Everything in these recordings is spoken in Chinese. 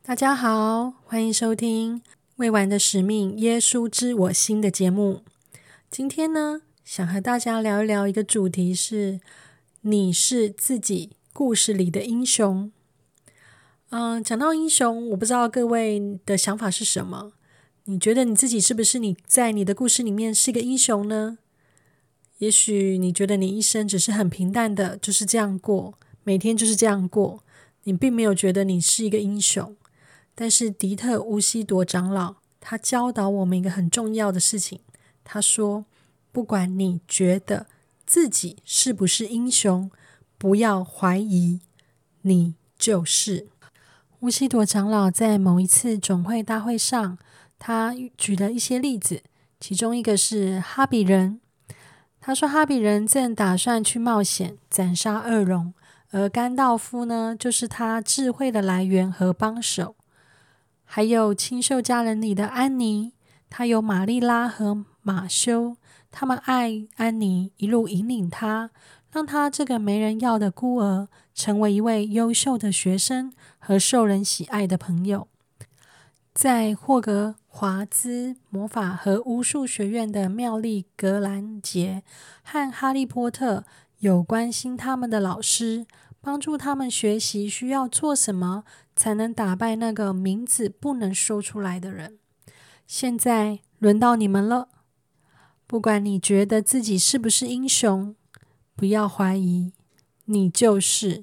大家好，欢迎收听未完的使命耶稣知我心的节目。今天呢，想和大家聊一聊一个主题是你是自己故事里的英雄。讲到英雄，我不知道各位的想法是什么？你觉得你自己是不是在你的故事里面是一个英雄呢？也许你觉得你一生只是很平淡的就是这样过，每天就是这样过，你并没有觉得你是一个英雄。但是迪特·乌西铎长老他教导我们一个很重要的事情，他说不管你觉得自己是不是英雄，不要怀疑，你就是。乌西铎长老在某一次总会大会上，他举了一些例子，其中一个是哈比人。他说哈比人正打算去冒险斩杀恶龙，而甘道夫呢，就是他智慧的来源和帮手。还有清秀佳人里的安妮，她有玛丽拉和马修，他们爱安妮，一路引领她，让她这个没人要的孤儿成为一位优秀的学生和受人喜爱的朋友。在霍格华兹魔法和巫术学院的妙丽格兰杰和哈利波特有关心他们的老师，帮助他们学习需要做什么才能打败那个名字不能说出来的人。现在轮到你们了，不管你觉得自己是不是英雄，不要怀疑，你就是。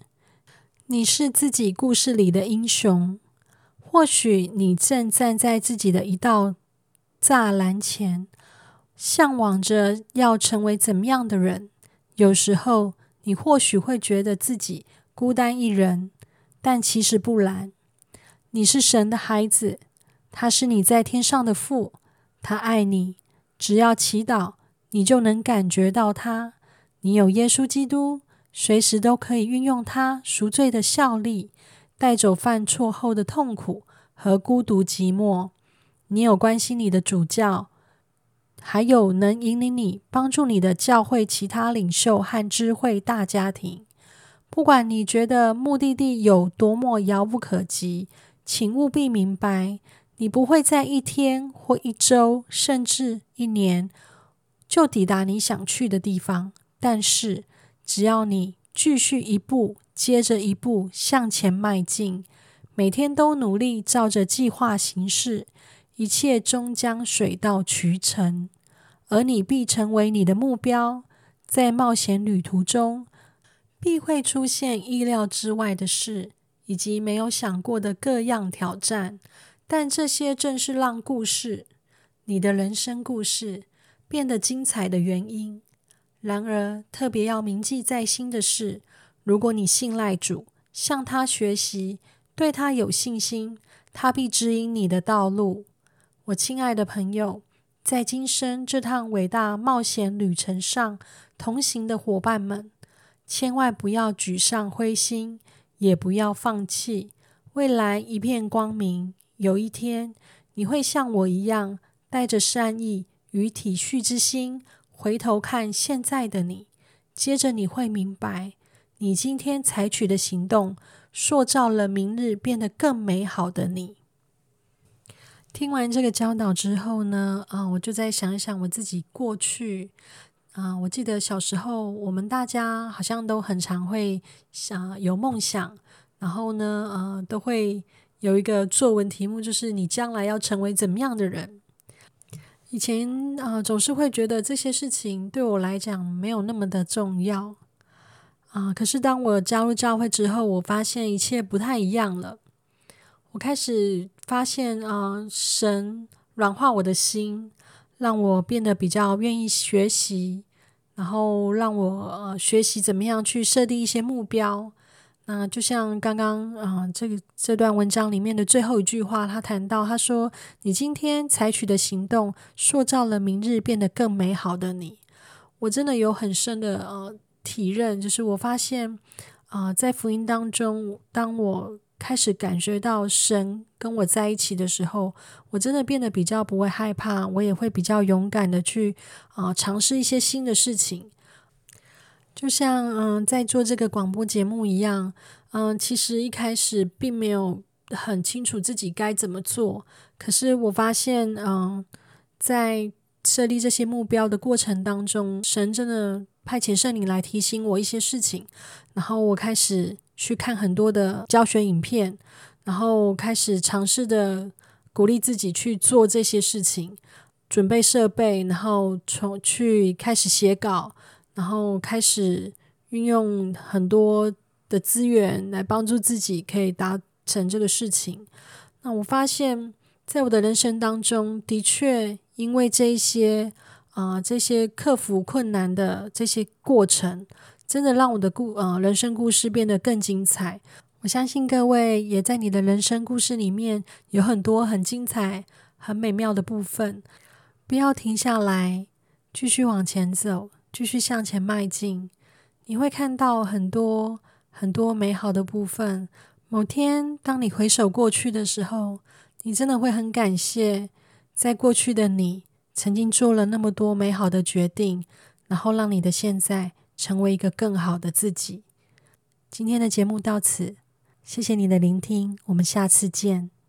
你是自己故事里的英雄。或许你正站在自己的一道栅栏前，向往着要成为怎么样的人。有时候你或许会觉得自己孤单一人，但其实不然。你是神的孩子，他是你在天上的父，他爱你，只要祈祷，你就能感觉到他。你有耶稣基督，随时都可以运用他赎罪的效力，带走犯错后的痛苦和孤独寂寞。你有关心你的主教，还有能引领你帮助你的教会其他领袖和知会大家庭。不管你觉得目的地有多么遥不可及，请务必明白，你不会在一天或一周甚至一年就抵达你想去的地方。但是只要你继续一步接着一步向前迈进，每天都努力照着计划行事，一切终将水到渠成，而你必成为你的目标。在冒险旅途中，必会出现意料之外的事，以及没有想过的各样挑战，但这些正是让你的人生故事变得精彩的原因。然而，特别要铭记在心的是，如果你信赖主，向他学习，对他有信心，他必指引你的道路。我亲爱的朋友，在今生这趟伟大冒险旅程上同行的伙伴们，千万不要沮丧灰心，也不要放弃。未来一片光明，有一天你会像我一样，带着善意与体恤之心回头看现在的你，接着你会明白，你今天采取的行动塑造了明日变得更美好的你。听完这个教导之后呢，我就在想一想我自己过去。我记得小时候我们大家好像都很常会有梦想，然后呢都会有一个作文题目，就是你将来要成为怎么样的人。以前总是会觉得这些事情对我来讲没有那么的重要可是当我加入教会之后，我发现一切不太一样了。我开始发现神软化我的心，让我变得比较愿意学习，然后让我学习怎么样去设定一些目标。那就像刚刚这段文章里面的最后一句话，他说你今天采取的行动塑造了明日变得更美好的你。我真的有很深的体认，就是我发现在福音当中，当我开始感觉到神跟我在一起的时候，我真的变得比较不会害怕，我也会比较勇敢的去尝试一些新的事情。就像在做这个广播节目一样，其实一开始并没有很清楚自己该怎么做。可是我发现在设立这些目标的过程当中，神真的派遣圣灵来提醒我一些事情，然后我开始去看很多的教学影片，然后开始尝试的鼓励自己去做这些事情，准备设备，然后去开始写稿，然后开始运用很多的资源来帮助自己可以达成这个事情。那我发现在我的人生当中，的确因为这些克服困难的这些过程，真的让我的人生故事变得更精彩。我相信各位也在你的人生故事里面有很多很精彩、很美妙的部分，不要停下来，继续往前走，继续向前迈进。你会看到很多很多美好的部分。某天当你回首过去的时候，你真的会很感谢在过去的你曾经做了那么多美好的决定，然后让你的现在成为一个更好的自己。今天的节目到此，谢谢你的聆听，我们下次见。